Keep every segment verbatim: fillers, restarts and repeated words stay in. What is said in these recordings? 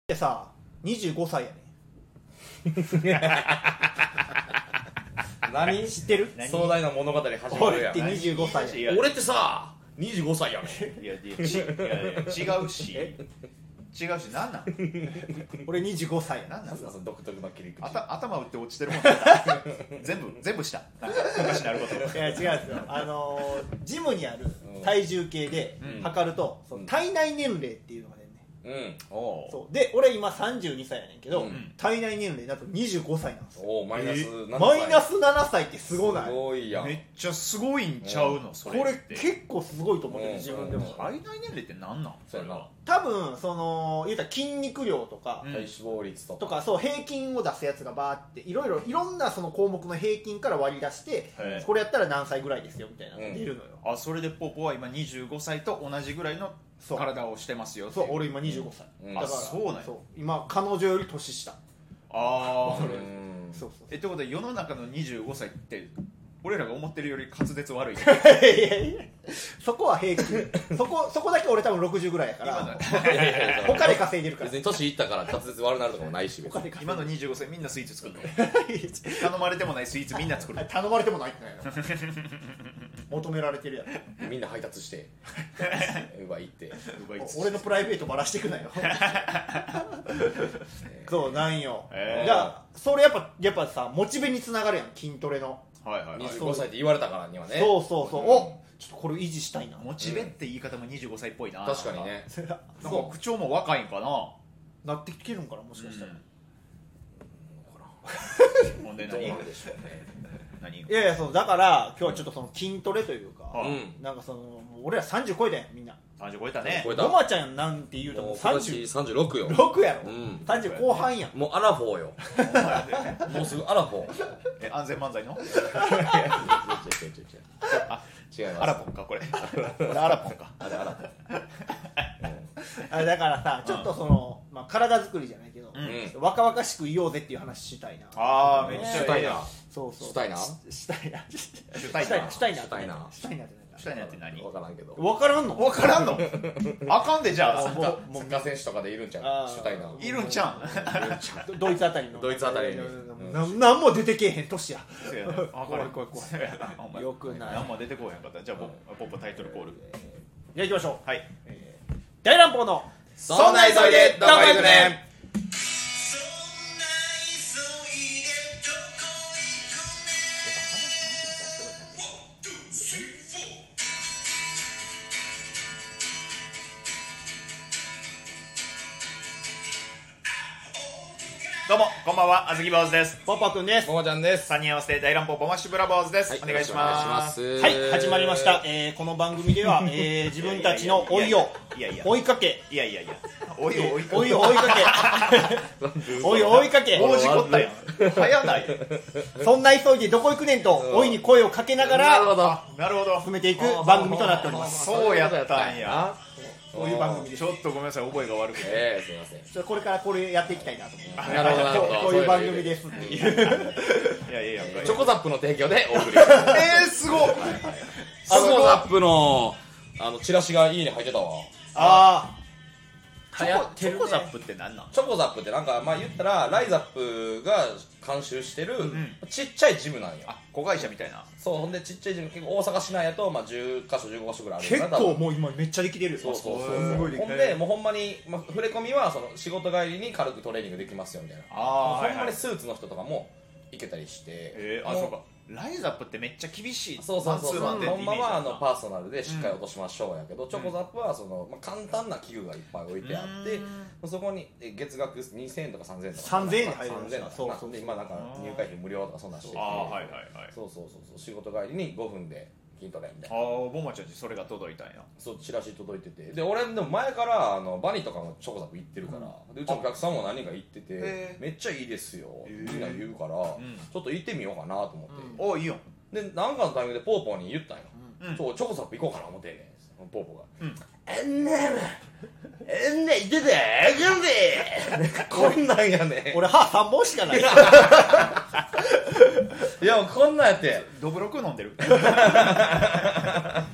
ってさにじゅうごさいやね何知ってる？ 壮大な物語始まるやん。 俺ってにじゅうごさいや俺ってさにじゅうごさいやねいやいやちいやいや違うし違うし何なん俺にじゅうごさいやな。 何なんん。独特の切り口。 あた頭打って落ちてるもん全部全部したなんかおかしなることいや違うんですよ。あのー、ジムにある体重計でうん測ると、その体内年齢っていうのが出るね。 うん。 おうそうで俺今さんじゅうにさいやねんけど、 うん体内年齢だとにじゅうごさいなんですよ。 おおマイナスななさい。 マイナスななさいってすごない？ すごいやん。 めっちゃすごいんちゃうのそれこれって結構すごいと思ってる、 うん自分でも。 体内年齢って何なんそうやな。 多分その言うたら筋肉量とか、 うん体脂肪率とか。 とかそう平均を出すやつがバーっていろいろいろんなその項目の平均から割り出してへえこれやったら何歳ぐらいですよみたいなのが出るのよ、 あそれでポポは今にじゅうごさいと同じぐらいのそう体をしてますよっていそう俺今にじゅうごさい、 うんだからあそうなんや今彼女より年下。 ああうん。 そうそうえってことで世の中のにじゅうごさいって俺らが思ってるより滑舌悪いいやいやそこは平均そこそこだけ俺多分ろくじゅうぐらいやか今のらいやいやいや他で稼いでるから別に年いったから滑舌悪なるとかもないし別に。 他で稼いで今のにじゅうごさいみんなスイーツ作るの頼まれてもないスイーツみんな作るる頼まれてもないってないの求められてるやろ。 みんな配達して奪い行って。 奪いつつ俺のプライベートばらしてくなよそうなんよ、 へーじゃあそれやっぱやっぱさモチベにつながるやん筋トレの、 はいはいはいにじゅうごさいって言われたからにはね。 そうそうそう、おちょっとこれ維持したいなモチベって言い方もにじゅうごさいっぽいな確かにね。 それはなんか口調も若いんかななってきてるんかなもしかしたら、 ほんでどう何なんでしょうね。 何いやいやそうだから今日はちょっとその筋トレというか、 はいうん。 なんかそのもう俺らさんじゅう超えたやんみんな。 さんじゅう超えたね超えたごまちゃんなんて言うともうもう今さんじゅ年さんじゅうろくよ。 うろくやろ、 うんさんじゅう後半やん。 もうアラフォーよ。もうすぐアラフォー。 え安全漫才の違います。 アラポンかこれこれアラポンかあれアラフォー。 あだからさちょっとその、まあ、体作りじゃないけど、 うん若々しくいようぜっていう話したいな。 ああめっちゃしたいな。 そうそうしたいな。 したいなしたいなしたいなしたいなしたいなってなんかしたいなって何わからんけど。 分からんの分からんのあかんでじゃあもうサッカー選手とかでいるんちゃあーう。シュタイナー。 いるんちゃんドドイツあたりのドイツあたりにななんも出てけえへん年や。 あ怖い怖い怖いよくない何も出てこうへんかったじゃあポポポタイトルコールじゃあ行きましょう。 はい大乱暴のそんな急いでどこ行くねん。 どうもこんばんはあずき坊主ですパパくんです。 ももちゃんです。 さんにん合わせて大乱暴ボマッシュブラボーズです、 はいお願いしますよろしくお願いします。 はい始まりました、えー、この番組では、えー、自分たちの老いをいやいや追いかけいやいやいやおいおい老いを追いかけ老いを追いかけもう事故ったやん早ないそんな急いでどこ行くねんと老いに声をかけながらなるほど。 なるほど進めていく番組となっております。 そうやったんや。 そういう番組です。 ちょっとごめんなさい覚えが悪くてええ、すみません。 ちょっとこれからこれやっていきたいなと思います。 なるほどなるほど。 こういう番組ですっていう。 いやいやいやチョコザップの提供でお送り。 えーすごっチョコザップのあのチラシがいいね入ってたわ。 あチョコチョコザップって何なんチョコザップってなんかまあ言ったらライザップが監修してるんちっちゃいジムなんよ。 あ子会社みたいなそうほんでちっちゃいジム結構大阪市内やとまあじゅっかしょじゅうごかしょぐらいあある結構もう今めっちゃできてるよ。 そうそうそうすごいでほんでもうほんまに、まあ、触れ込みはその仕事帰りに軽くトレーニングできますよみたいなあほんまにスーツの人とかも行けたりしてもえーあそうかライザップってめっちゃ厳しいそうそうそうマンツーマンでってほんまはあのイメージだパーソナルでしっかり落としましょうやけど、チョコザップはその、まあ、簡単な器具がいっぱい置いてあってそこにえ月額にせんえんとかさんぜんえんとかさんぜんえんで入るさんぜんえんとかそうそうそうで今なんか入会費無料とかそんなんしててああはいはいはいそうそうそうそう仕事帰りにごふんで筋トレみたいなああボマちゃんちそれが届いたんやそうチラシ届いててで俺でも前からあのバニとかもチョコザップ行ってるから、でうちのお客さんも何人か行っててへーめっちゃいいですよへーみんな言うから、 んちょっと行ってみようかなと思って、 おおいいよでなんかのタイミングでポーポーに言ったんよ、 うんちょチョコザップ行こうかな思ってんねんポーポーがうんあんなあんな言ってたあかんでこんなんやね俺歯さんぼんしかない。 いやもうこんなんやってドブロク飲んでる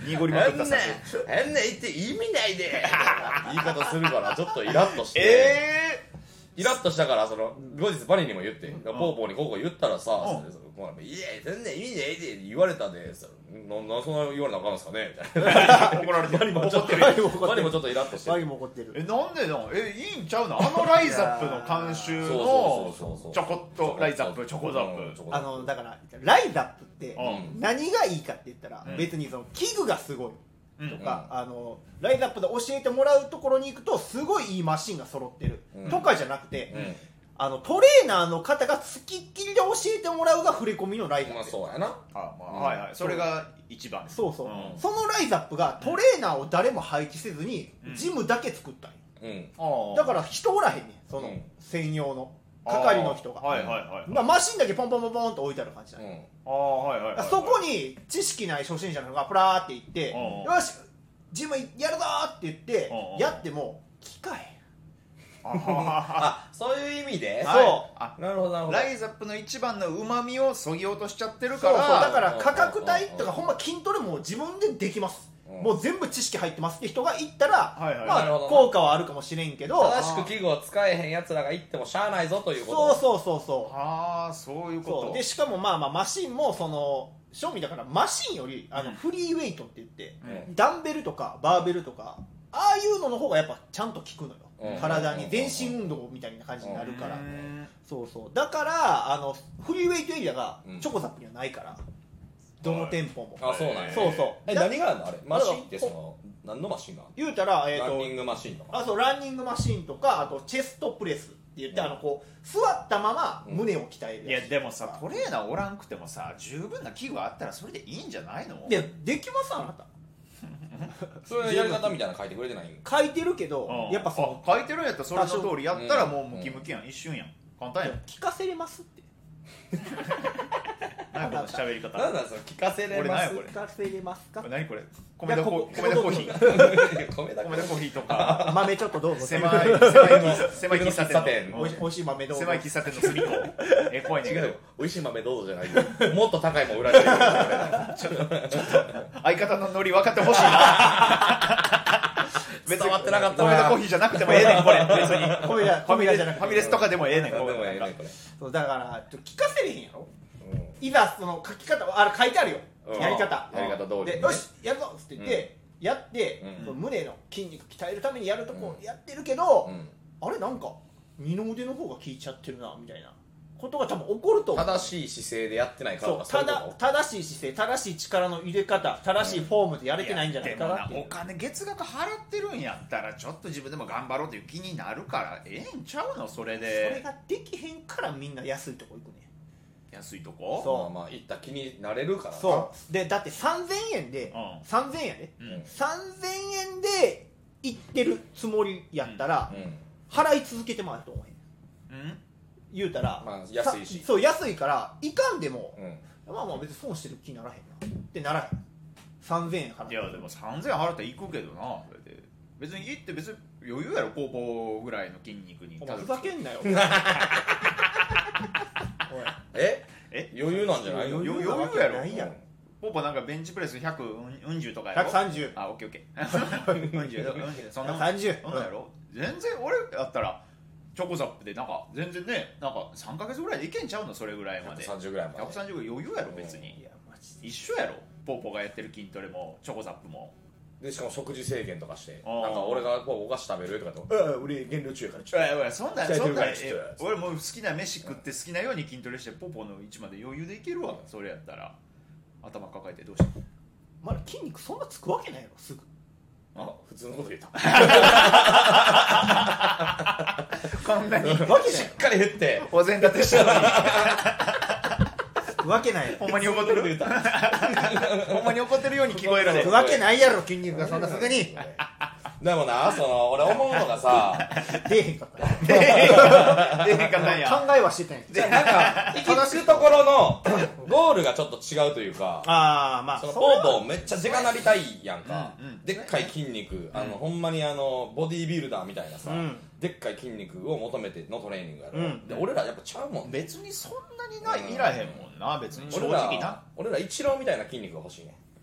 濁りまくった酒変な言って意味ないで言い方するからちょっとイラッとしてえイラッとしたからその後日バニーにも言ってポーポーにこうこう言ったらさうんそのいやそんな意味ないで言われたでななそんな言われなあかんですかねみたいな怒られてバニーもちょっとバニーも怒ってるバニーもちょっとイラッとしてワイも怒ってるえなんでのえいいんちゃうのあのライザップの監修そうのそうそうそうちょこっとライザップチョコザップあのだからライザップってうん何がいいかって言ったら、 うん別にその器具がすごいうんとか、あのライザップで教えてもらうところに行くとすごいいいマシンが揃ってる、 うんとかじゃなくて、 うんあのトレーナーの方がつきっきりで教えてもらうが触れ込みのライザップ、 まあそうやなあまあうんはいはいそれが一番ですそうそう、 うんそのライザップがトレーナーを誰も配置せずに、 うんジムだけ作ったんようんあーだから人おらへんねんそのうん専用の係の人が、 あーはいはいはいまあ、マシンだけポンポンポンポンと置いてある感じだ、 うんああはいはいはいそこに知識ない初心者の人がプラーって行ってうんよしジムやるぞーって言ってうんやっても機械あはははあそういう意味でそうあなるほどなるほどライザップの一番のうまみをそぎ落としちゃってるそうからそうだから価格帯とうんかほんま筋トレも自分でできますうんもう全部知識入ってますって人が言ったらはいはいまあなるほどな効果はあるかもしれんけど正しく器具を使えへんやつらが言ってもしゃあないぞということそうそうそうそうああそういうことそうでしかもまあまあマシンもその正味だからマシンよりあのうんフリーウェイトって言って、 うんダンベルとかバーベルとかああいうのの方がやっぱちゃんと効くのよ、 うん体に全身運動みたいな感じになるから、 うんそうそうだからあのフリーウェイトエリアがうんチョコザップにはないから、どの店舗も、 あそうなんやそうそうえだ何があるのあれマシンってその何のマシンがある言うたら、えーとのランニングマシンとかあそうランニングマシンとかあとチェストプレスって言って、 うんあのこう座ったまま胸を鍛えるいやつでもさトレーナーおらんくてもさ十分な器具あったらそれでいいんじゃないのでできますあなたそういうやり方みたいなの書いてくれてないん書いてるけど、 うんやっぱそのあ書いてるんやったらそれの通りやったらもうムキムキやん一瞬やん簡単やん聞かせれますって何この喋り方なんなんその聞かせれます俺何やこれ聞かせれますかこれ何これ米田コここ米田コーヒー米田米田コーヒーとか豆ちょっとどうぞ狭い狭い狭い喫茶店のおいしおいしい豆どうぞ狭い喫茶店の隅っこえ怖いねんけど違うよ美味しい豆どうぞじゃないよもっと高いもん売られてるよ相方のノリ分かってほしいな伝わってなかった米田コーなヒーじゃなくてもええねんこれ別に米田ファミレス米田じゃなくてファミレスとかでもええねんでもこれええねこれそうだからちょっと聞かせれへんやろうんいざその書き方あれ書いてあるよ、 うんやり方やり方通りでよしやるぞっつって言って、やって、 うんその胸の筋肉鍛えるためにやるとこやってるけど、 うんあれなんか二の腕の方が効いちゃってるなみたいなことが多分起こると思う正しい姿勢でやってないからそうとかそうたいうことだ正しい姿勢正しい力の入れ方正しいフォームでやれてないんじゃないかなっていうお金月額払ってるんやったらちょっと自分でも頑張ろうという気になるからええんちゃうのそれそれでができへんからみんな安いとこ行くね安いとこそうまあまあ行った気になれるからなそうでだってさんぜんえんで、 うんさんぜんえんやで、 うんさんぜんえんで行ってるつもりやったら、 うん払い続けてもらうと思うへんうん言うたら、 まあ安いしさそう安いからいかんでも、 うんまあまあ別に損してる気にならへんなってならへんさんぜんえん払っていやでもさんぜんえん払ったら行くけどなそれで別に行って別に余裕やろポーポーぐらいの筋肉にお前ふざけんなよおいええ余裕なんじゃないの余裕なわけやろないやんポーポーなんかベンチプレスひゃくうん十とかやろひゃくさんじゅうあオッケーオッケーうん十そんなもんさんじゅうそんなんやろ全然俺やったらチョコザップでなんか全然ねなんかさんかげつぐらいでいけんちゃうのそれぐらいまでひゃくさんじゅうぐらいまでひゃくさんじゅうぐらい余裕やろ別いにやマジで一緒やろポーポーがやってる筋トレもチョコザップもでしかも食事制限とかしてあーなんか俺がこうお菓子食べるとかってああ俺減量中やからちょっおいおいそんなん鍛えてそんなんるからちょっえ俺もう好きな飯食って好きなように筋トレしてポーポーの位置まで余裕でいけるわそれやったら頭抱えてどうしたまだ筋肉そんなつくわけないやろすぐとあ普通のこと言ったこんなにわけないしっかり振ってお膳立てしたのにつくわけないやほんまに怒ってる言ったほんまに怒ってるように聞こえるでろつくわけないやろ筋肉がそんなすぐにでもなその俺思うのがさ出えへんかったな出えへんかったんや考えはしてたんやじゃあなんか行き着くところのゴールがちょっと違うというかああまあそのそれはポーポーめっちゃでかなりたいやんか、 うんうんでっかい筋肉あの、ほんまにあのボディービルダーみたいなさ、 うんでっかい筋肉を求めてのトレーニングやろ、 うんで俺らやっぱちゃうもん別にそんなにないいらへんもんな別に正俺ら直な俺らイチローみたいな筋肉が欲しいね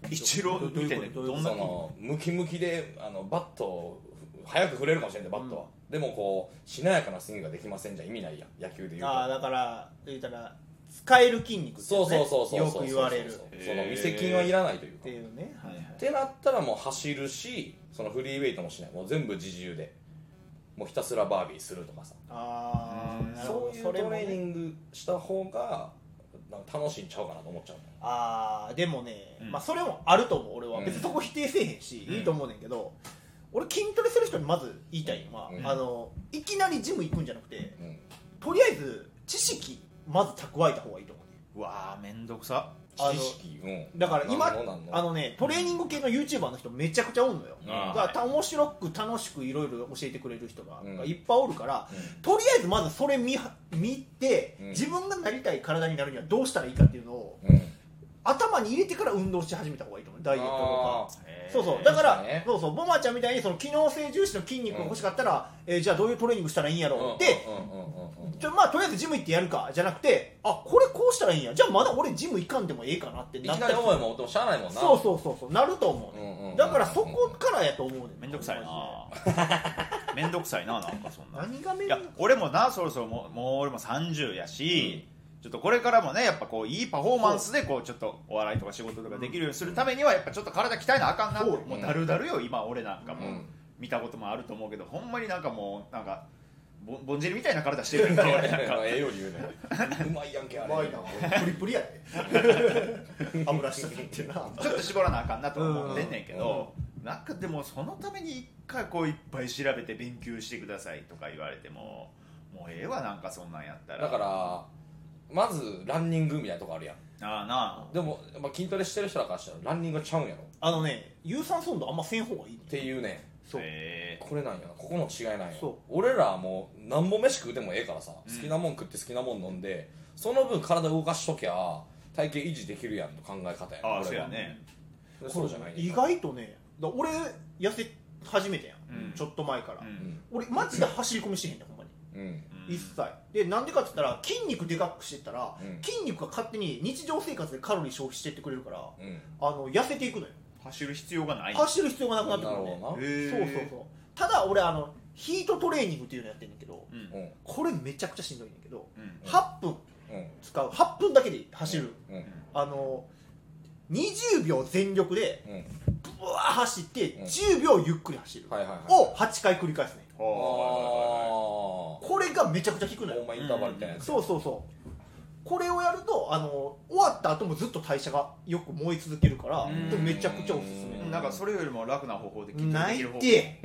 イチローみたいなどんなそのムキムキであのバットを早く振れるかもしれないバットは、うん、でもこうしなやかなスイングができませんじゃ意味ないやん野球で言うと。 ああだから言ったら使える筋肉って、ね、 そうそうそうそうよく言われる。 その見せ筋はいらないというかっていうね、はいはい、 ってなったらもう走るしそのフリーウェイトもしないもう全部自重でもうひたすらバービーするとかさあそういうトレーニングした方がなんか楽しいんちゃうかなと思っちゃう。 あーでもね、 うん、 まあそれもあると思う俺は、うん、別にそこ否定せえへんし、うん、いいと思うねんけど俺筋トレする人にまず言いたいのは、うん、あのいきなりジム行くんじゃなくて、うん、とりあえず知識まず蓄えた方がいいと思うね。 うわーめんどくさ知識、うん、 だから今あのねトレーニング系の YouTuber の人めちゃくちゃおるのよ、うん、だから面白く楽しくいろいろ教えてくれる人がいっぱいおるから、うん、とりあえずまずそれ 見, 見て、うん、自分がなりたい体になるにはどうしたらいいかっていうのを、うん、頭に入れてから運動し始めた方がいいと思う。ダイエットとかそうそうだから、ね、そうそうボマちゃんみたいにその機能性重視の筋肉が欲しかったら、うんえー、じゃあどういうトレーニングしたらいいんやろうって、ちょまあとりあえずジム行ってやるかじゃなくてあこれこうしたらいいんやじゃあまだ俺ジム行かんでもええかなってなったりいきなり思いもでもしゃあないもんな。 そうそうそうそうなると思う、ねうんうん、だからそこからやと思うね。 めんどくさいなめんどくさいななんかそんな何がめんどくさい。 いや俺もなそろそろもう、もう俺もさんじゅうやし、うん、ちょっとこれからもねやっぱこういいパフォーマンスでこうちょっとお笑いとか仕事とかできるようにするためにはやっぱちょっと体鍛えなあかんなって、もうだるだるよ今俺なんかもう見たこともあると思うけどほんまになんかもうなんかボ, ボンジェリみたいな体してるんだよ俺なんかええように言うねうまいやんけあれうまいなプリプリやで油したってなちょっと絞らなあかんなと思ってんねんけど、うん、なんかでもそのために一回こういっぱい調べて勉強してくださいとか言われてももうええわなんかそんなんやったら。 だからまずランニングみたいなとこあるやん。 ああなでも、まあ、筋トレしてる人らからしたらランニングちゃうんやろ。 あのね有酸素運動あんません方がいい、ね、 っていうね。 そうこれなんやなここの違いなんや。俺らはもう何本飯食うてもええからさ、うん、好きなもん食って好きなもん飲んでその分体動かしときゃ体型維持できるやんと考え方やん。 ああそうやね。 そうじゃない、ね、 意外とねだ俺痩せ始めたやん、うん、ちょっと前から、うん、俺マジで走り込みしてへんねんほんまに、うん、一切でなんでかって言ったら筋肉でかくしてったら、うん、筋肉が勝手に日常生活でカロリー消費してってくれるから、うん、あの痩せていくのよ。 走る必要がない。 走る必要がなくなってくるね。そうそうそう。ただ俺あのヒートトレーニングっていうのやってるんだけど、うん、これめちゃくちゃしんどいんだけど、うん、はっぷん使うはっぷんだけで走る、うんうん、あのにじゅうびょう全力でブワー走ってじゅうびょうゆっくり走るをはちかい繰り返すね。これがめちゃくちゃ効くのよ。 インターバルみたいなやつ。 そうそうそう。これをやるとあの終わった後もずっと代謝がよく燃え続けるからめちゃくちゃおすすめ。 なんかそれよりも楽な方法で筋トレできる方法。 ないって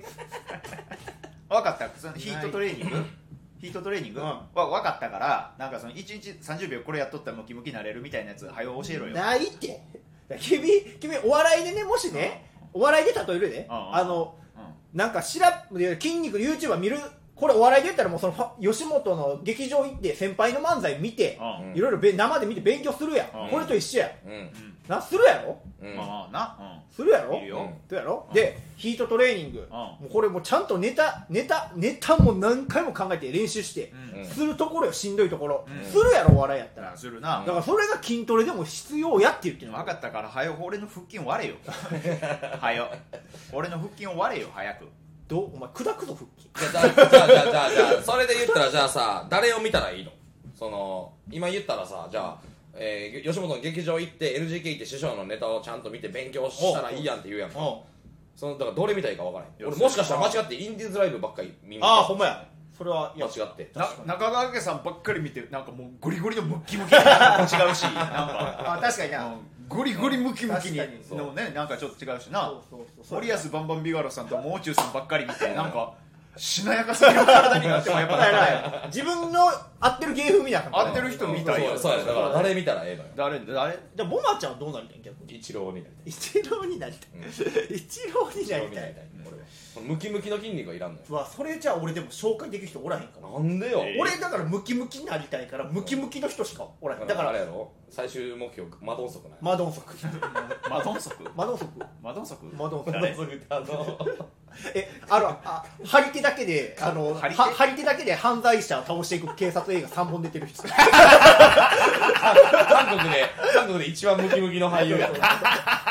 分かった。そのヒートトレーニングヒートトレーニング、うん、は分かったからなんかそのいちにちさんじゅうびょうこれやっとったらムキムキになれるみたいなやつはよ教えろよ。 ないって君君お笑いでねもしね、うん、お笑いで例えるね、うん、あの、うん、なんかしら筋肉 YouTuber 見るこれお笑いで言ったらもうその吉本の劇場行って先輩の漫才見て、うん、いろいろ生で見て勉強するやん、うん、これと一緒や、うん、なするやろ、うんまあなうん、するやろいいよ、うん、やろ、うん、でヒートトレーニング、うん、もうこれもちゃんとネタネタネタも何回も考えて練習して、うん、するところよしんどいところ、うん、するやろお笑いやったら、 するな。 だからそれが筋トレでも必要やって言ってるの。 分かったからはよ俺の腹筋を割れよはよ俺の腹筋を割れよ早く。 どうお前砕くぞ腹筋。 じゃあじゃあじゃあじゃあじゃあそれで言ったらじゃあさ誰を見たらいいの。その今言ったらさじゃあ、えー、吉本の劇場行って エヌジーケー 行って師匠のネタをちゃんと見て勉強したらいいやんって言うやんか。そのだからどれ見たらいいか分からへん。俺もしかしたら間違ってインディーズライブばっかり見に行った。 ああほんまやそれは間違ってな中川家さんばっかり見てなんかもうゴリゴリのムッキムキな違うしなんかあ確かになゴリゴリムキムキにのねなんかちょっと違うしな。森保バンバンビガロさんともう中さんばっかり見てなんかしなやかすぎる体になってもやっぱ自分の合ってる芸風みたいな合ってる人みたいよ。 そうやだから誰見たらええのよ。 誰誰じゃあボマちゃんはどうなりたいん逆に。 イチローになりたい。 イチローになりたい、イチローになりたい。 ムキムキの筋肉がいらんのよ。 うわそれじゃあ俺でも紹介できる人おらへんから。 なんでよ、 えー、俺だからムキムキになりたいからムキムキの人しかおらへん。だからあれやろ最終目標マドンソクない。 マドンソクマドンソクマドンソクマドンソクマドンソクマドンソクってあのえあのあ張り手だけであの張り 手, 張り手だけで犯罪者を倒していく警察映画さんぼん出てる人韓国で韓国で一番ムキムキの俳優や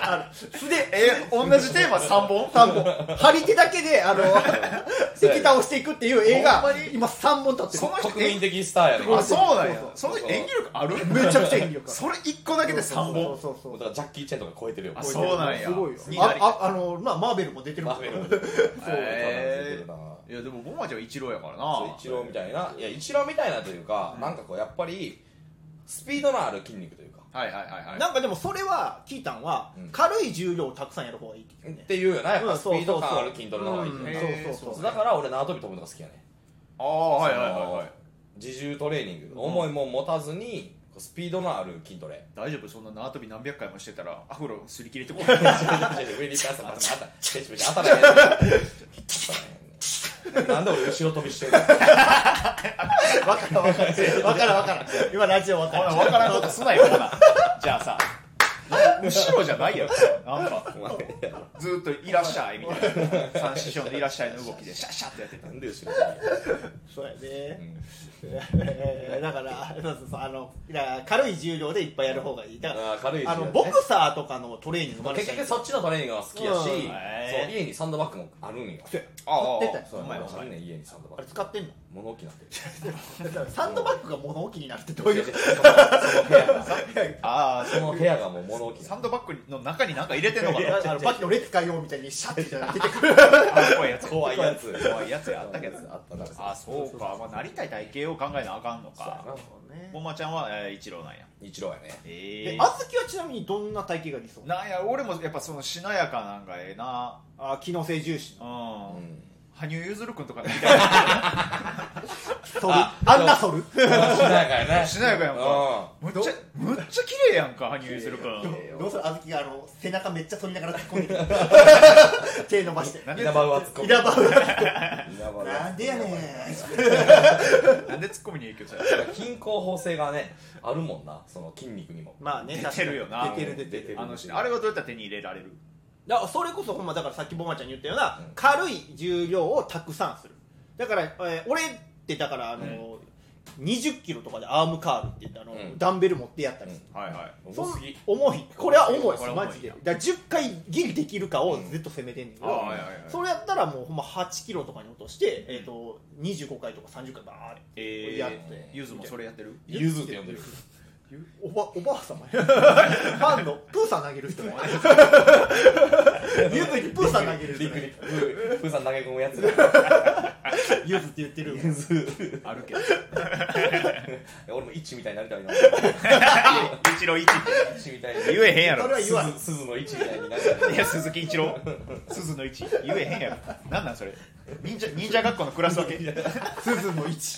素でえ同じテーマさんぼんさんぼん張り手だけであの敵倒していくっていう映画ほんまに今さんぼん立ってる。 その人国民的スターやねあそうなんやそうその演技力あるめちゃくちゃ演技力ある。 それいっこだけでさんぼんそうそうそうだからジャッキー・チェンとか超えてるよあそうなんやすごいよ。 になりあああのまあマーベルも出てるもんマーベルもそうえーいやでもボマちゃんはイチローやからなイチローみたいないやイチローみたいなというか、なんかこうやっぱりスピードのある筋肉というかはいはいはいはいなんかでもそれは聞いたんは、 うん軽い重量をたくさんやる方がいいって言ってねっていうよなやっぱスピうんそうそうそうード感ある筋トレの方がいいってうんいうへーそうそうそうだから俺縄跳び飛ぶのが好きやねああはいはいはいはい自重トレーニング重いもん持たずにスピードのある筋トレ大丈夫そんな縄跳び何百回もしてたらアフロすり切れてこ上にパスまたまたペチペチ当たらへん当たらへんなんで俺後ろ飛びしてるの分からん分からん分からん分からん今ラジオ分からん分からんことすなよほなじゃあさ後ろじゃないやろなんかずーっといらっしゃいみたいな三師匠のいらっしゃいの動きでシャッシャッってやってたなんで後ろそうやね、 うんえーだからそうそうそうあのいや軽い重量でいっぱいやる方がいいだからあー軽い重量ねあのボクサーとかのトレーニングもあるし結局そっちのトレーニングが好きやし、 うんそうへー家にサンドバッグもあるんよそうやああ買ってたよそうお前お前あるねん家にサンドバあれッグ使ってんの物置になってるだからサンドバッグが物置になるってどういうそのその部屋がああその部屋がもう物置になサンドバッグの中に何か入れてんのかなあのバキの列変えようみたいにシャッて出てくるあ怖いやつ怖いやつ怖いやつやあったけどあったなあそうかまあなりたい体型を考えなあかんのかねボマちゃんはえーイチローなんや一郎やねええあずきはちなみにどんな体型が理想なんや俺もやっぱそのしなやかなんかええなあ機能性重視うのん、 うん羽生結弦君とかみたいなソルああんなソルしなやかやねしなやかやんかうむっちゃむっちゃ綺麗やんか羽生結弦君どうするあずきがあの背中めっちゃ反りながら突っ込んでくる手伸ばしてなんでん稲葉は突っ込むイラバウ稲葉はなんでやねんなんでツッコミに影響され均衡法性がねあるもんなその筋肉にもまあね出てるよな出てる出てる出てるあのあれはどうやったら手に入れられるだからそれこそほんまだからさっきボマちゃんに言ったような、 うん軽い重量をたくさんするだから、えー俺ってだからあの、にじゅっキロとかでアームカールって言ってあの、 うんダンベル持ってやったりする、 はいはいそん重すぎ重いこれは重いですこれは重いマジでだからじゅっかいギリできるかをずっと攻めてんねんけど、 あはいはいはいそれやったらもうほんまはちキロとかに落として、えー、とにじゅうごかいとかさんじゅっかいバーってえやってゆずもそれやってるゆずって呼んでるおばおばあ様ファンのプーさん投げる人もゆずにプーさん投げる人リクリプープーさん投げ込むやつゆずって言ってるゆずあるけど俺もイチみたいになりたいな一郎一ってイチみたいに言えへんやろそれは言わん鈴鈴のイチみたいになりたいいや鈴木一郎鈴の一言えへんやろなんなんそれ忍者忍者学校のクラス分け鈴の位置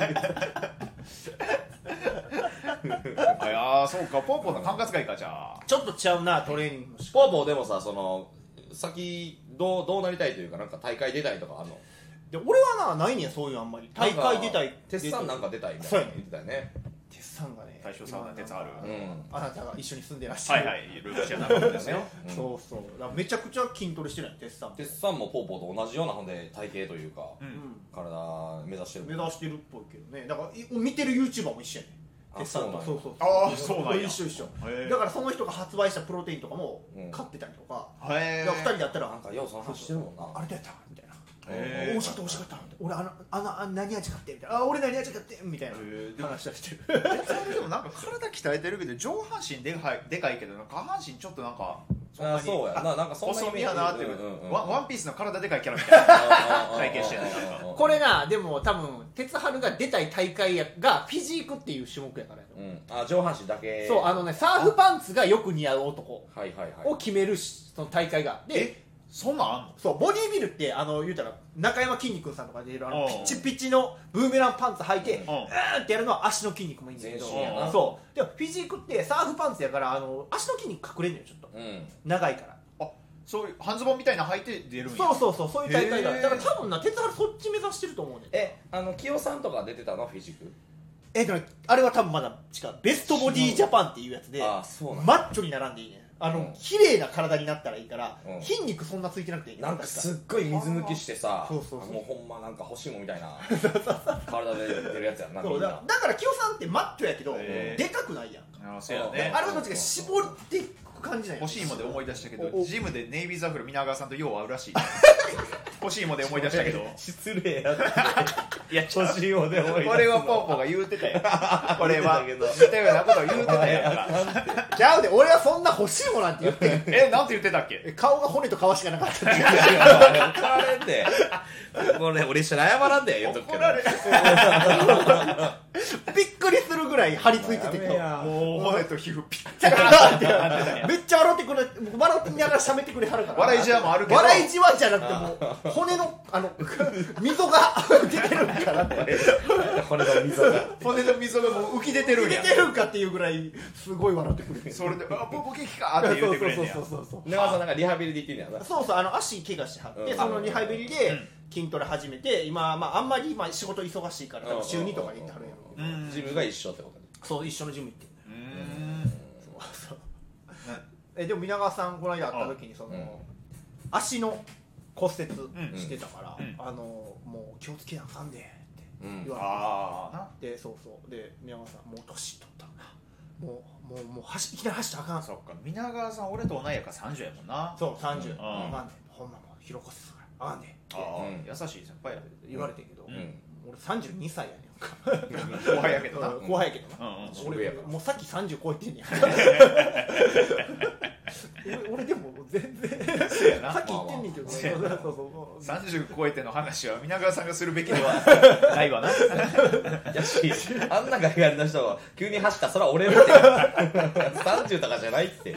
あいやーそうかポーポーの管轄外かじゃあちょっとちゃうなトレーニングもしポーポーでもさその先どうどうなりたいというかなんか大会出たいとかあんので俺はなないねんそういうあんまり大会出たい鉄さんなんか出たいみたそうやねいな言ってたよね鉄さんがね大正サウナ鉄あるうんあなたが一緒に住んでらっしゃるはいはいルーシアなるほどですねうんそうそうだからめちゃくちゃ筋トレしてるやん鉄さんって鉄さんもポーポーと同じようなほんで体型というかううんん体目指してる目指してるっぽいけどねだからい見てる YouTuber も一緒やねあ鉄さんとそうなんやそうそうあーそうなんや一緒一緒へーだからその人が発売したプロテインとかもうん買ってたりとかへだからふたりだったらなんかようその話してるもんなあれだったみたいなへー美味しかった美味しかった俺あのあのあの何味買ってみたいなあ俺何味買ってみたいなへーでも話はしてるでもなんか体鍛えてるけど上半身でかいでかいけど下半身ちょっとなんかそんなにあそうやななんかそんな細身やなっていううんうんうんワンワンピースの体でかいキャラみたいな体験してないなんかこれなでも多分鉄春が出たい大会やがフィジークっていう種目やからやとうんあ上半身だけそうあのねサーフパンツがよく似合う男はいはいはいを決めるしその大会がでえそんなんあんのそうボディービルってあの言うたら中山きんに君さんとかでいるあのうんピッチピチのブーメランパンツ履いてうんうーってやるのは足の筋肉もいいんだけど全身やなそうでもフィジークってサーフパンツやからあの足の筋肉隠れんのよちょっとうん長いからあそういう半ズボンみたいなの履いて出るんやそうそうそうそういう大会があるへーだから多分な鉄春そっち目指してると思うねんえあの清さんとか出てたのフィジクえでもあれは多分まだ違うベストボディジャパンっていうやつであそうなんマッチョに並んでいいねあの、 うん綺麗な体になったらいいから、 うん筋肉そんなついてなくていいねなんかすっごい水抜きしてさそうそうそうもうほんまなんか欲しいもんみたいな体で出るやつやんなそうだみんなだから清さんってマッチョやけどへーでかくないやんかあそうやねあれはどっちか絞ってく感じない。 欲しいもで思い出したけどおおジムでネイビーザフル皆川さんとよう会うらしい欲しいもで思い出したけど失礼やっていや欲しいもで思い出す俺はポーポーが言うてたよ俺は似たようなことを言うてたよじゃあで俺はそんな欲しいもんなんて言ってんえなんて言ってたっけ顔が骨と皮しかなかったっていう怒られんでこれ俺一緒に謝らんで言うとくけど怒られびっくりするぐらい張り付いててやめやもう骨と皮膚ピッチャーってめっちゃ笑ってくれ笑ってながら喋ってくれはるから笑いじわもあるけど笑いじわじゃなくてもう骨のあの溝が出てるんかなって骨の溝が骨の溝がもう浮き出てるんや出てるんかっていうぐらいすごい笑ってくれてそれで「あポーポー元気か?」って言ってくれんねやそうそうそうそう根川さんなんかリハビリで行ってんねやなそうそうあの足怪我してはって、 うんそのリハビリで筋トレ始めて今、まあ、あんまり今仕事忙しいから多分週にとかで行ってはるんやろうけど、 うんジムが一緒ってことねそう一緒のジム行ってんだようーんそうそうえでも皆川さんこの間会った時にその、 うん足の骨折してたから、 うんうんあのもう気をつけなあかんでってうん言わああなれて、でそうそうで宮川さんもう年取ったなもうもうもう走いきなり走ったらあかんそっか皆川さん俺と同いやからさんじゅうやもんなそうさんじゅう、 うんあかんねんほんまもう疲労骨折するからあかんねんってああ、 うん優しい先輩やで言われてんけど、 うん俺さんじゅうにさいやねんか後輩やけどなうん後輩やけどな、 うんうん渋谷やから俺もうさっきさんじゅう超えてんねん俺俺でも全然そうやなさっき言ってんねんけど、 まあそうそうそうそうさんじゅう超えての話は皆川さんがするべきではないわなやしあんなガリガリの人が急に走ったらそれは俺見てさんじゅうとかじゃないって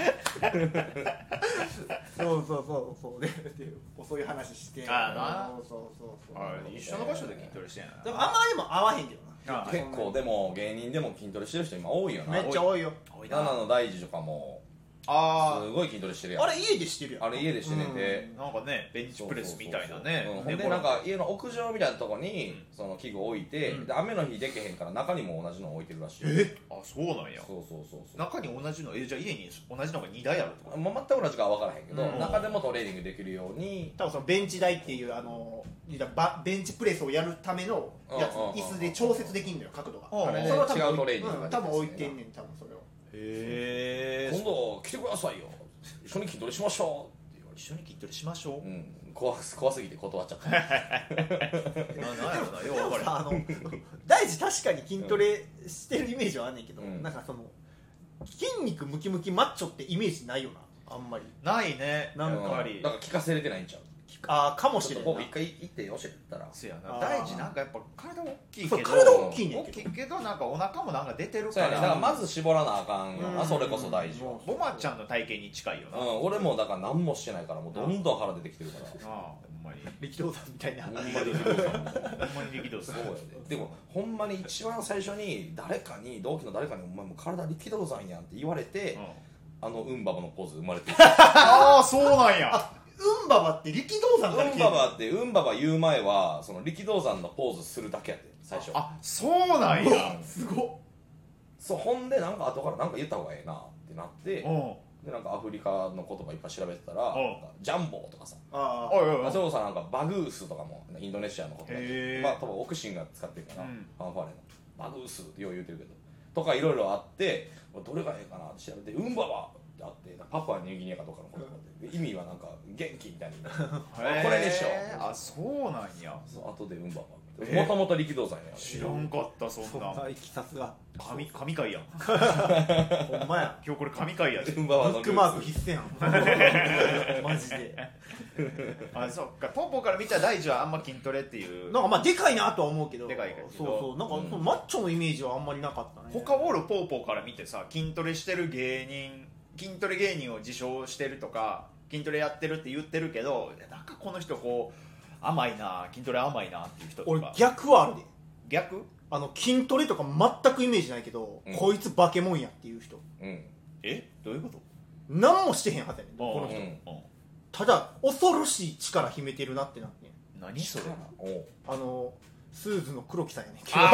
そうそうそうそうででそういう話してああなそうそうそうそうあ一緒の場所で筋トレしてんやなでもあんまでも合わへんけどなあ結構でも芸人でも筋トレしてる人今多いよなめっちゃ多いよ多いナナの大地とかもあすごい筋トレしてるやんあれ家でしてるやんあれ家でしてねんて、 あなんかねベンチプレスみたいなねそうそうそううんほんでなんか家の屋上みたいなとこにその器具を置いて、 うんで雨の日できへんから中にも同じのを置いてるらしいよえあそうなんやそうそうそうそう中に同じのえじゃあ家に同じのがにだいあるってことまあ、全く同じかは分からへんけど、 うん中でもトレーニングできるように多分そのベンチ台っていうあのバベンチプレスをやるためのやつうんうんうん椅子で調節できんのよ角度がうんあれねそれは多分違うトレーニングがうん多分置いてんねん多分それをへ今度来てくださいよ一緒に筋トレしましょうって言われて、 一緒に筋トレしましょううん、怖す怖すぎて断っちゃったななんやろなよう分からあの大地確かに筋トレしてるイメージはあんねんけど、 うんなんかその筋肉ムキムキマッチョってイメージないよなあんまりんないねなんかやっぱりなんか聞かせれてないんちゃうあーかもしちょっれんなと僕一回行って教えたらそうやあーな大事なんかやっぱ体大きいけどそう体大きいねん大きいけどなんかお腹もなんか出てるそうやねだからからまず絞らなあかんよな、 うんそれこそ大事は、 ボマちゃんの体型に近いよな、あうん、俺もだから何もしてないからもうどんどん腹出てきてるからあほんまに力道山みたいなほんまに力道山ほんまに力道さんそうやででもほんまに一番最初に誰かに同期の誰かに「お前もう体力道山やん」って言われて、 うんあのウンババのポーズ生まれてるああそうなんやあウンババって力道山からウンババってウンババ言う前はその力道山のポーズするだけやって最初あそうなんやすごっそうほんでなんか後からなんか言った方がええなってなってうんでなんかアフリカの言葉いっぱい調べてたらうんなんかジャンボとかさあおいおいおいそれこそなんかバグースとかもインドネシアの言葉へーまあ多分オクシンが使ってるから、 うんファンファーレのバグースってよう言うてるけどとかいろいろあってどれがええかなって調べてウンババってあってパプアニューギニアかとかの言葉で意味はなんか元気みたいにへーこれでしょあそうなんやそう後でウンババえーもともと力道山や知らんかったそんなそんないきさすが神神回やんほんまや今日これ神回やでウンババのブックマーク必須やんマジであそっかポンポンから見たら大地はあんま筋トレっていうなんかまあでかいなとは思うけどでかいけどそうそうなんかうんそのマッチョのイメージはあんまりなかったね他おるポーポーから見てさ筋トレしてる芸人筋トレ芸人を自称してるとか筋トレやってるって言ってるけどなんかこの人こう甘いな筋トレ甘いなっていう人と俺か逆はあるで逆あの筋トレとか全くイメージないけど、 うんこいつバケモンやっていう人うんえどういうこと何もしてへんはずやねんこの人、 うんうんただ恐ろしい力秘めてるなってなってん何それおうあのスーズの黒木さんやねんけど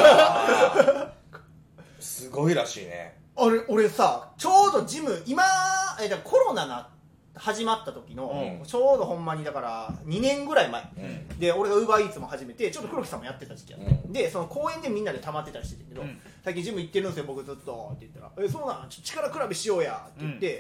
すごいらしいねあれ俺さちょうどジム今えだからコロナな始まった時の、 うんちょうどほんまにだからにねんぐらい前うんで俺がウーバーイーツも始めてちょっと黒木さんもやってた時期やった、 うんでその公園でみんなで溜まってたりしてたけど、 うん最近ジム行ってるんですよ僕ずっとって言ったら「えそうなんちょ力比べしようや」って言って、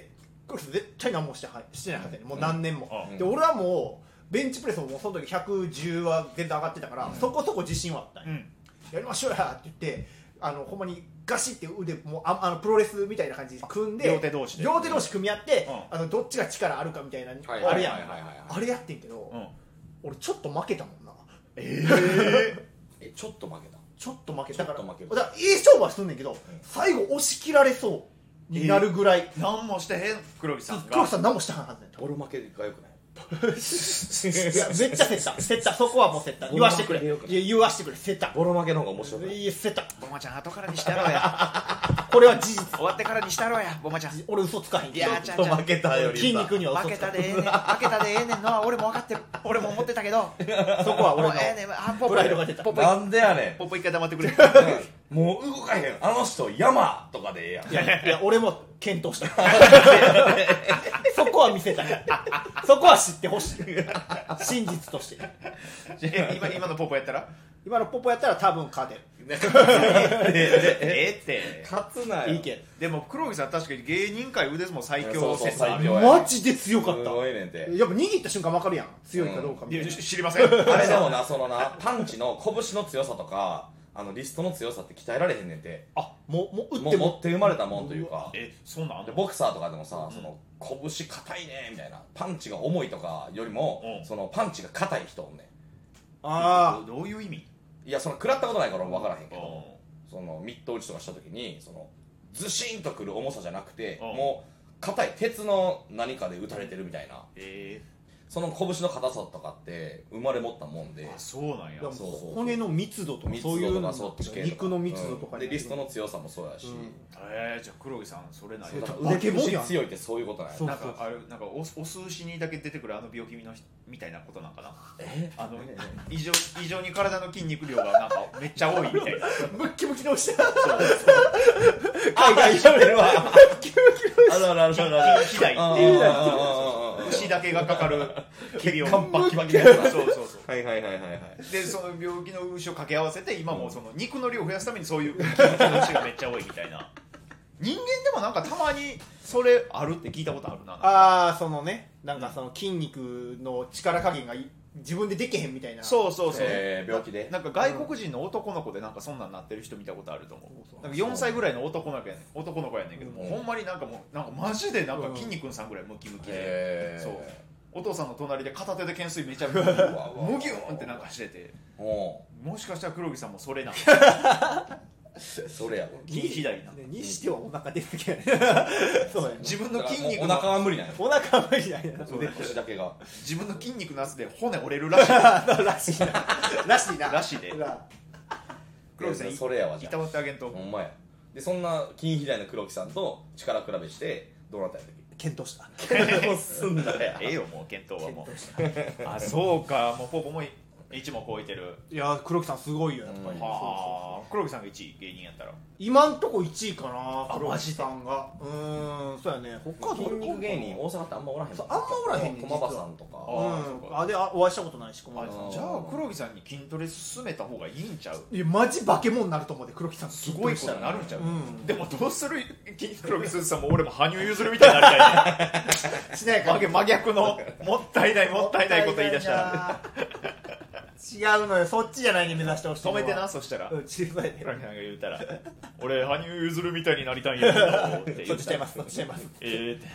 黒木さん絶対何もしてはしてないはずやねんもう何年も、 うん、 で俺はもうベンチプレスももうその時ひゃくじゅうは全然上がってたから、うん、そこそこ自信はあったんや、うん、やりましょうやって言ってあのほんまにガシって腕もう あ, あのプロレスみたいな感じで組んで両手同士で両手同士組み合って、 うん、 あのどっちが力あるかみたいな、 はい、 あれやん、 はいはいはいはい、 あれやってんけど、うん、俺ちょっと負けたもんな。 えー、 えちょっと負けたちょっと負けたからちょっと負けるだからいい勝負はすんねんけど、うん、最後押し切られそうになるぐらい、 えー、何もしてへん黒木さんが黒木さん何もしたはずねんボロ負けがよくないいやめっちゃ競った競ったそこはもう競った言わしてくれいや言わしてくれ競ったボロ負けの方が面白いいや競ったボマちゃん後からにしたろうやこれは事実終わってからにしたろうやボマちゃん俺嘘つかへんいやちょっと負けたより筋肉には嘘つかへん負けたでええねん負けたでええねんのは俺も分かってる俺も思ってたけどそこは俺のもうええねんあポプライドが出たポポなんでやねんポポ一回黙ってくれもう動かへんあの人山とかでええやんいやいや俺も検討したそこは見せたそこは知ってほしい真実として今, 今のポポやったら今のポポやったら多分勝てるええって勝つなよいいけどでも黒木さん確かに芸人界腕相撲最強説あるそうそうマジで強かったすごいねんてやっぱ握った瞬間分かるやん強いかどうかみたいな、 いや知りませんあれでもなそのなパンチの拳の強さとかあのリストの強さって鍛えられへんねんてあもうもう打っもても持って生まれたもんというかえそうなんでボクサーとかでもさ、うん、その拳硬いねみたいなパンチが重いとかよりも、うん、そのパンチが硬い人おんねんああどういう意味いやその食らったことないから分からへんけど、うん、そのミット打ちとかした時にそのズシンとくる重さじゃなくて、うん、もう硬い鉄の何かで打たれてるみたいな、 えーその拳の硬さとかって生まれ持ったもんであそうなんやそうそう骨の密度とかそういうのとか肉の密度とか、 うん、でリストの強さもそうやし、うん、 えー、じゃあ黒木さんそれない腕拳強いってそういうことなんやなんかあれなんかおお数詞にだけ出てくるあの病気のみたいなことなんかなえあの異常異常に体の筋肉量がなんかめっちゃ多いみたいなムッキムキの下海外しゃべるわムッキムキの下あるあるあるある肥大っていう牛だけがかかる血管バッキバキなやつそうそうそうはいはいはいはいはいでその病気の牛を掛け合わせて今もその肉の量を増やすためにそういう筋肉の牛がめっちゃ多いみたいな人間でもなんかたまにそれあるって聞いたことあるなああそのねなんかその筋肉の力加減が自分でできへんみたいなそうそうそう、 えー、病気でなんか外国人の男の子でなんかそんなんなってる人見たことあると思うなんかよんさいぐらいの男の子やねん男の子やねんけども、うん、ほんまになんかもうなんかマジでなんか筋肉さんぐらいムキムキで、 えー、 そうお父さんの隣で片手で懸垂めちゃムギューンってなんかしててもしかしたら黒木さんもそれなんそれやろ右左なにしてはお腹出すぎやねそうや自分の筋肉お腹は無理なんやお腹は無理なんや腕腰だけが自分の筋肉の圧で骨折れるらしいらしいならしいならしいで黒木さんそれやわじゃあいたわってあげんとほんまやでそんな筋肥大の黒木さんと力比べしてどうなったんやったっけ検討した検討すんだよええよもう検討はもうあそうかもうポポもいちも超えてるいや黒木さんすごいよやっぱり、うん、 はあ黒木さんがいちい芸人やったら今んとこいちいかな黒木さんがうーんそうやね他筋肉芸人大阪ってあんまおらへんあんまおらへんねん駒場さんとかうんあであお会いしたことないし駒場さんじゃあ黒木さんに筋トレ進めた方がいいんちゃういやマジ化け物になると思うで黒木さんすごいことになるんちゃう、 うん、 でもどうする黒木さんも俺も羽生結弦みたいになりたいしないか真逆のもったいないもったいないこと言い出したら違うのよそっちじゃないに目指してほしい止めてなそしたらうん小さい黒木さんが言うたら俺羽生結弦みたいになりたいんやけどってそっちちゃいますそっちちゃいますええって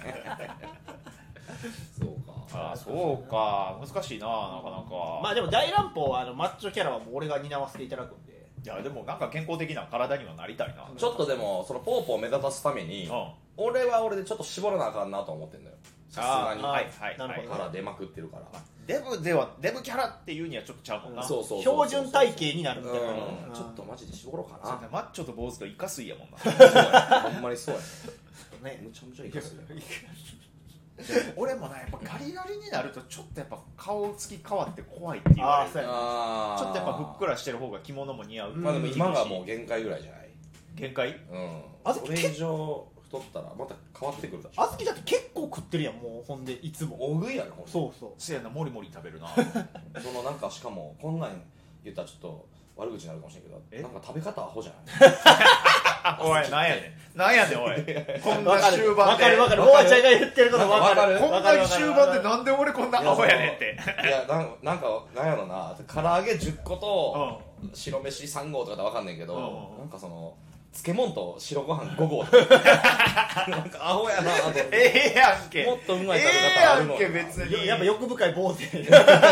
そうかあそうか難しいななかなかまあでも大乱暴はあのマッチョキャラはもう俺が担わせていただくんでいやでもなんか健康的な体にはなりたいなちょっとでもそのポーポーを目立たすために、うん、俺は俺でちょっと絞らなあかんなと思ってんだよさすがにはいはいはい腹出まくってるからデブではデブキャラっていうにはちょっとちゃうもんな、 そうそう標準体型になるみたいな、 うん、ちょっとマジで絞ろうかなマッチョと坊主とイカ水やもんなほんまにそうやねねむちゃむちゃイカ水や俺もなやっぱガリガリになるとちょっとやっぱ顔つき変わって怖いって言われるちょっとやっぱふっくらしてる方が着物も似合う、 まあでも今がもう限界ぐらいじゃない限界うんあそれ以上太ったらまた変わってくるだあずきだって結構食ってるやんもうほんでいつも大食いやろそうそうせやなモリモリ食べるなそのなんかしかもこんなん言ったらちょっと悪口になるかもしれんけどえなんか食べ方アホじゃないおいなんやねんなんやねんおいこんな終盤でわかるわかるボアちゃんが言ってることわかるわかるこんな終盤でなんで俺こんなアホやねんっていやなんなんかなんやろな唐揚げじゅっこと白飯さんごうとかでわかんないけど、 うん、 なんかその漬物と白ご飯ごごうとかなんかアホやなと思ってええやんけもっとうまい食べ方あるのええやんけ別にやっぱ欲深い坊主肉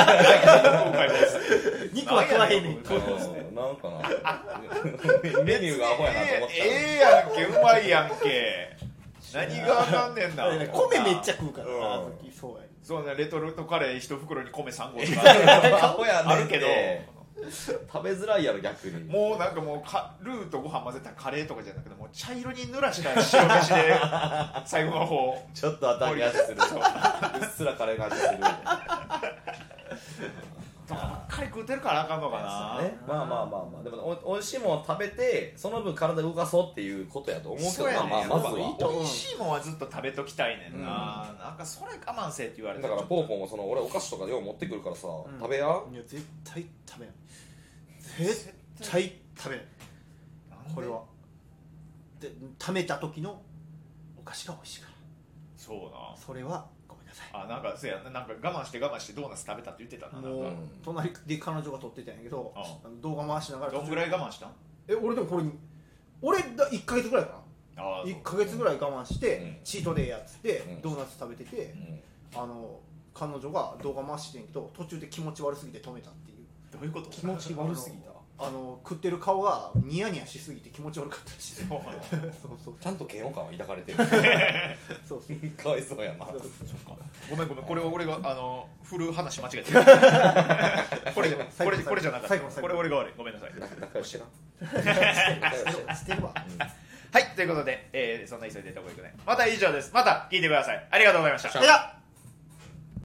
は食わへんねんなんかなメニューがアホやなと思ってたええやんけうまいやんけ何があかんねんな米めっちゃ食うからな、 うん、 そうやねそうねレトルトカレー一袋に米さんごうとかアホやねんあるけど食べづらいやろ逆にもうなんかもうかルーとご飯混ぜたカレーとかじゃなくてもう茶色に濡らした白飯で最後の方ちょっと当たり味するうっすらカレーが味するばっかり食うてるからあかんのかな、 ね、まあまあまあまあでもおおいしいもの食べてその分体動かそうっていうことやと思うけど、 ね、 まあまあまずいいとおいしいもんはずっと食べときたいねんな、うん、なんかそれ我慢せって言われてだからポーポーもその俺お菓子とかよう持ってくるからさ、うん、食べやいや絶対食べない絶対食べないこれはで食べた時のお菓子が美味しいからそうなそれはごめんなさいあなんかそうやなんか我慢して我慢してドーナツ食べたって言ってたなもうなんか隣で彼女が撮ってたんやけど動画回しながらどんぐらい我慢したんえ俺でもこれ俺だいっかげつぐらいかなあいっかげつぐらい我慢して、うん、チートデイやっつって、うん、ドーナツ食べてて、うん、あの彼女が動画回してんけど途中で気持ち悪すぎて止めたっていうどういうこと気持ち悪すぎたあの食ってる顔がニヤニヤしすぎて気持ち悪かったしそうそうちゃんと嫌悪感は抱かれてるそうそうかわいそうやなそうそうごめんごめんこれは俺があの振る話間違えてこれこれこれじゃなかったこれ俺が悪いごめんなさい仲良しなしてるわはいということで、えー、そんな急いでどこ行くねまた以上ですまた聞いてくださいありがとうございました。